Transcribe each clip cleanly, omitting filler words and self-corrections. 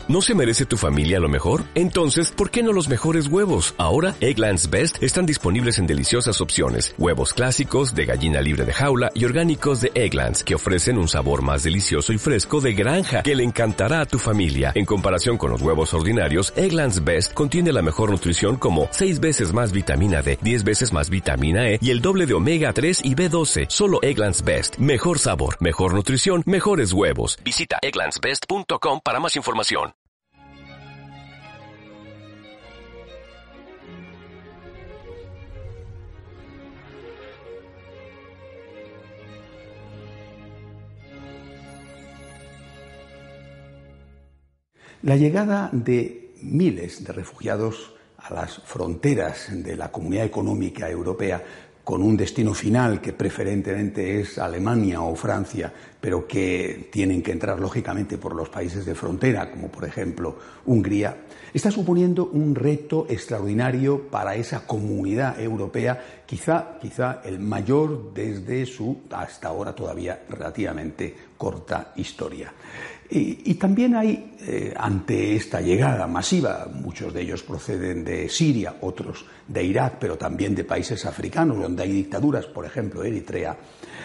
¿No se merece tu familia lo mejor? Entonces, ¿por qué no los mejores huevos? Ahora, Eggland's Best están disponibles en deliciosas opciones. Huevos clásicos, de gallina libre de jaula y orgánicos de Eggland's, que ofrecen un sabor más delicioso y fresco de granja, que le encantará a tu familia. En comparación con los huevos ordinarios, Eggland's Best contiene la mejor nutrición como 6 veces más vitamina D, 10 veces más vitamina E y el doble de omega 3 y B12. Solo Eggland's Best. Mejor sabor, mejor nutrición, mejores huevos. Visita egglandsbest.com para más información. La llegada de miles de refugiados a las fronteras de la Comunidad Económica Europea, con un destino final que preferentemente es Alemania o Francia, pero que tienen que entrar lógicamente por los países de frontera, como por ejemplo Hungría, está suponiendo un reto extraordinario para esa Comunidad Europea, quizá el mayor desde su hasta ahora todavía relativamente corta historia. Y también hay, ante esta llegada masiva, muchos de ellos proceden de Siria, otros de Irak, pero también de países africanos, donde hay dictaduras, por ejemplo, Eritrea.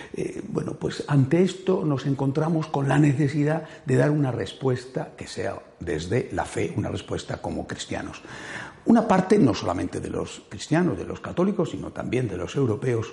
Pues ante esto nos encontramos con la necesidad de dar una respuesta que sea desde la fe, una respuesta como cristianos. Una parte, no solamente de los cristianos, de los católicos, sino también de los europeos,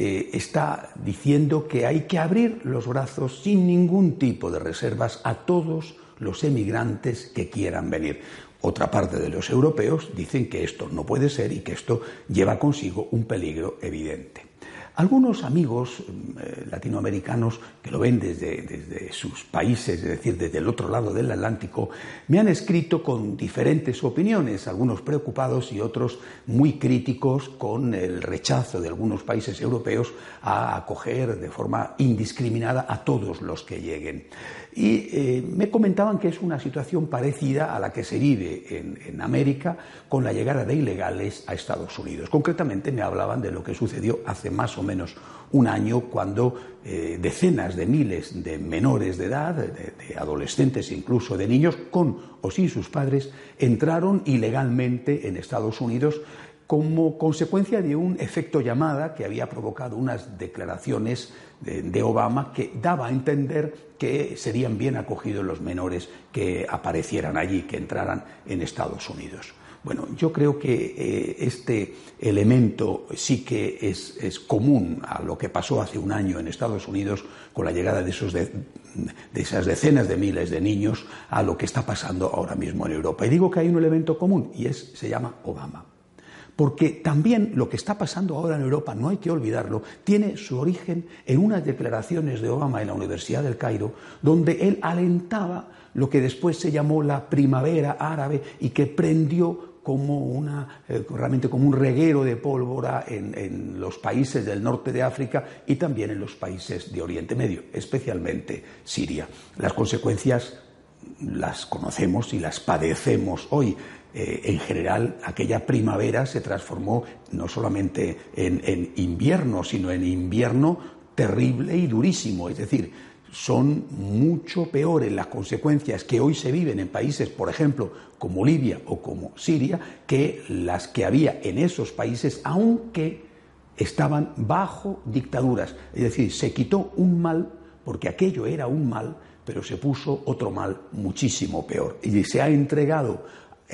está diciendo que hay que abrir los brazos sin ningún tipo de reservas a todos los emigrantes que quieran venir. Otra parte de los europeos dicen que esto no puede ser y que esto lleva consigo un peligro evidente. Algunos amigos latinoamericanos que lo ven desde sus países, es decir, desde el otro lado del Atlántico, me han escrito con diferentes opiniones, algunos preocupados y otros muy críticos con el rechazo de algunos países europeos a acoger de forma indiscriminada a todos los que lleguen. Y me comentaban que es una situación parecida a la que se vive en América con la llegada de ilegales a Estados Unidos. Concretamente me hablaban de lo que sucedió hace más o menos un año, cuando decenas de miles de menores de edad, de adolescentes, incluso de niños, con o sin sus padres, entraron ilegalmente en Estados Unidos como consecuencia de un efecto llamada que había provocado unas declaraciones de Obama que daba a entender que serían bien acogidos los menores que aparecieran allí, que entraran en Estados Unidos. Bueno, yo creo que este elemento sí que es común a lo que pasó hace un año en Estados Unidos con la llegada de esas decenas de miles de niños a lo que está pasando ahora mismo en Europa. Y digo que hay un elemento común y se llama Obama. Porque también lo que está pasando ahora en Europa, no hay que olvidarlo, tiene su origen en unas declaraciones de Obama en la Universidad del Cairo, donde él alentaba lo que después se llamó la primavera árabe y que prendió realmente como un reguero de pólvora en los países del norte de África y también en los países de Oriente Medio, especialmente Siria. Las consecuencias las conocemos y las padecemos hoy. En general, aquella primavera se transformó no solamente en invierno, sino en invierno terrible y durísimo. Es decir, son mucho peores las consecuencias que hoy se viven en países, por ejemplo, como Libia o como Siria, que las que había en esos países, aunque estaban bajo dictaduras. Es decir, se quitó un mal, porque aquello era un mal, pero se puso otro mal muchísimo peor. Y se ha entregado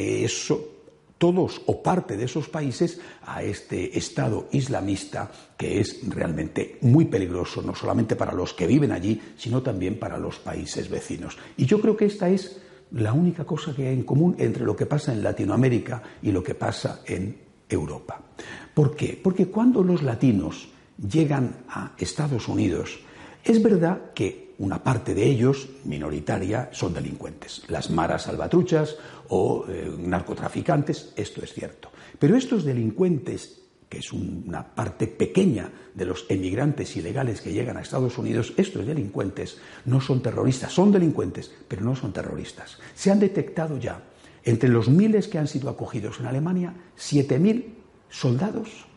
todos o parte de esos países a este Estado islamista que es realmente muy peligroso, no solamente para los que viven allí, sino también para los países vecinos. Y yo creo que esta es la única cosa que hay en común entre lo que pasa en Latinoamérica y lo que pasa en Europa. ¿Por qué? Porque cuando los latinos llegan a Estados Unidos, es verdad que una parte de ellos, minoritaria, son delincuentes. Las maras salvatruchas o narcotraficantes, esto es cierto. Pero estos delincuentes, que es una parte pequeña de los emigrantes ilegales que llegan a Estados Unidos, estos delincuentes no son terroristas, son delincuentes, pero no son terroristas. Se han detectado ya, entre los miles que han sido acogidos en Alemania, 7.000 soldados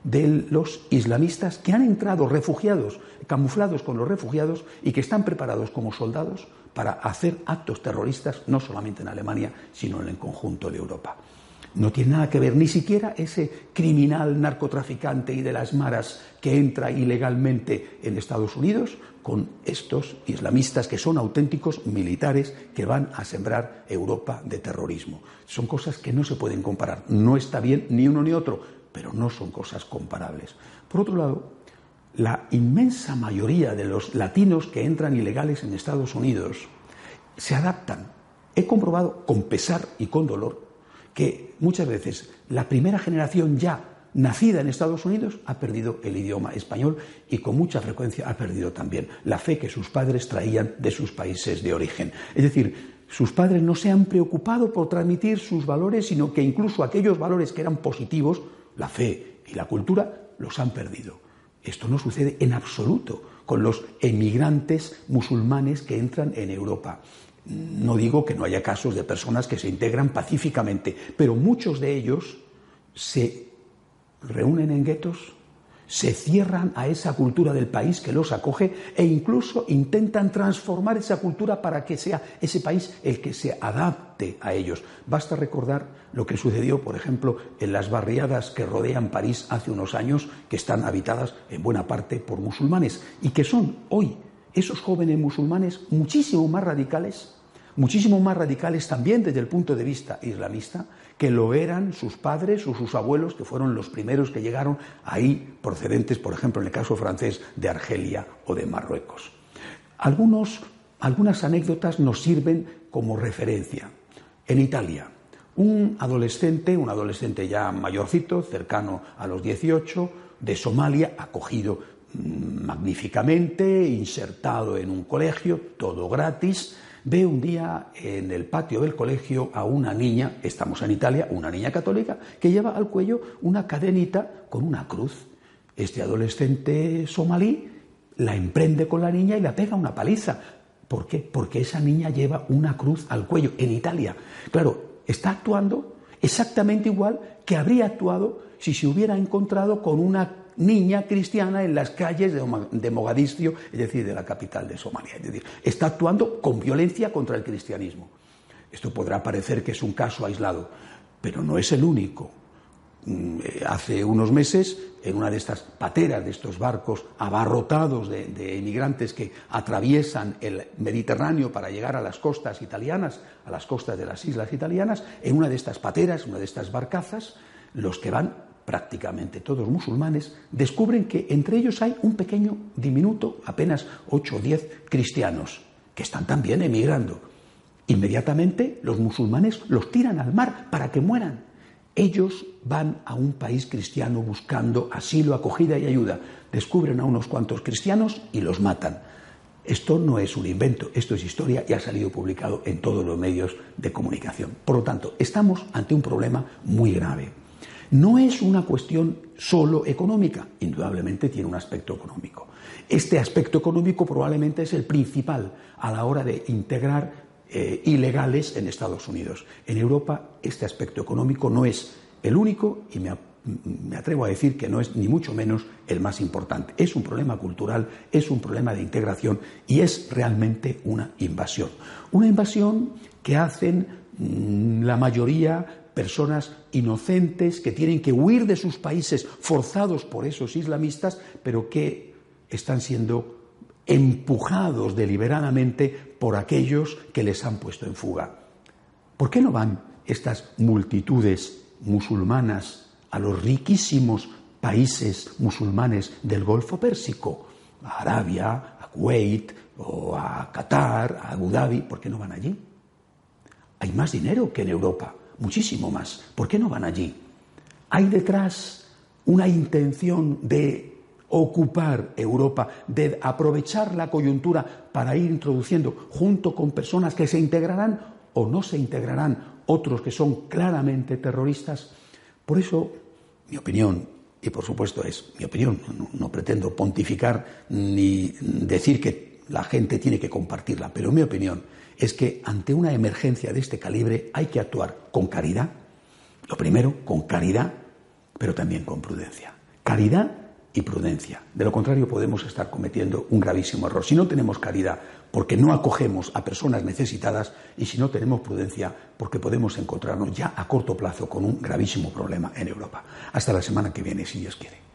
de los islamistas que han entrado refugiados, camuflados con los refugiados y que están preparados como soldados para hacer actos terroristas no solamente en Alemania, sino en el conjunto de Europa. No tiene nada que ver ni siquiera ese criminal narcotraficante y de las maras que entra ilegalmente en Estados Unidos con estos islamistas que son auténticos militares que van a sembrar Europa de terrorismo. Son cosas que no se pueden comparar. No está bien ni uno ni otro, pero no son cosas comparables. Por otro lado, la inmensa mayoría de los latinos que entran ilegales en Estados Unidos se adaptan. He comprobado con pesar y con dolor que muchas veces la primera generación ya nacida en Estados Unidos ha perdido el idioma español y con mucha frecuencia ha perdido también la fe que sus padres traían de sus países de origen. Es decir, sus padres no se han preocupado por transmitir sus valores, sino que incluso aquellos valores que eran positivos, la fe y la cultura, los han perdido. Esto no sucede en absoluto con los emigrantes musulmanes que entran en Europa. No digo que no haya casos de personas que se integran pacíficamente, pero muchos de ellos se reúnen en guetos, se cierran a esa cultura del país que los acoge e incluso intentan transformar esa cultura para que sea ese país el que se adapte a ellos. Basta recordar lo que sucedió, por ejemplo, en las barriadas que rodean París hace unos años, que están habitadas en buena parte por musulmanes y que son hoy esos jóvenes musulmanes muchísimo más radicales también desde el punto de vista islamista, que lo eran sus padres o sus abuelos, que fueron los primeros que llegaron ahí, procedentes, por ejemplo, en el caso francés, de Argelia o de Marruecos. Algunas anécdotas nos sirven como referencia. En Italia, un adolescente ya mayorcito, cercano a los 18, de Somalia, acogido magníficamente, insertado en un colegio, todo gratis, ve un día en el patio del colegio a una niña, estamos en Italia, una niña católica, que lleva al cuello una cadenita con una cruz. Este adolescente somalí la emprende con la niña y la pega una paliza. ¿Por qué? Porque esa niña lleva una cruz al cuello en Italia. Claro, está actuando exactamente igual que habría actuado si se hubiera encontrado con una niña cristiana en las calles de Mogadiscio, es decir, de la capital de Somalia. Es decir, está actuando con violencia contra el cristianismo. Esto podrá parecer que es un caso aislado, pero no es el único. Hace unos meses, en una de estas pateras, de estos barcos abarrotados de emigrantes que atraviesan el Mediterráneo para llegar a las costas italianas, a las costas de las islas italianas, en una de estas pateras, una de estas barcazas, los que van, prácticamente todos musulmanes, descubren que entre ellos hay un pequeño, diminuto, apenas 8 o 10 cristianos, que están también emigrando. Inmediatamente los musulmanes los tiran al mar para que mueran. Ellos van a un país cristiano buscando asilo, acogida y ayuda. Descubren a unos cuantos cristianos y los matan. Esto no es un invento, esto es historia y ha salido publicado en todos los medios de comunicación. Por lo tanto, estamos ante un problema muy grave. No es una cuestión solo económica, indudablemente tiene un aspecto económico. Este aspecto económico probablemente es el principal a la hora de integrar ilegales en Estados Unidos. En Europa este aspecto económico no es el único y me atrevo a decir que no es ni mucho menos el más importante. Es un problema cultural, es un problema de integración y es realmente una invasión. Una invasión que hacen la mayoría personas inocentes que tienen que huir de sus países forzados por esos islamistas, pero que están siendo empujados deliberadamente por aquellos que les han puesto en fuga. ¿Por qué no van estas multitudes musulmanas a los riquísimos países musulmanes del Golfo Pérsico? A Arabia, a Kuwait o a Qatar, a Abu Dhabi. ¿Por qué no van allí? Hay más dinero que en Europa. Muchísimo más. ¿Por qué no van allí? Hay detrás una intención de ocupar Europa, de aprovechar la coyuntura para ir introduciendo, junto con personas que se integrarán o no se integrarán, otros que son claramente terroristas. Por eso, mi opinión, y por supuesto es mi opinión, no pretendo pontificar ni decir que la gente tiene que compartirla, pero mi opinión es que ante una emergencia de este calibre hay que actuar con caridad, lo primero, con caridad, pero también con prudencia. caridad y prudencia. De lo contrario, podemos estar cometiendo un gravísimo error. Si no tenemos caridad, porque no acogemos a personas necesitadas, y si no tenemos prudencia, porque podemos encontrarnos ya a corto plazo con un gravísimo problema en Europa. Hasta la semana que viene, si Dios quiere.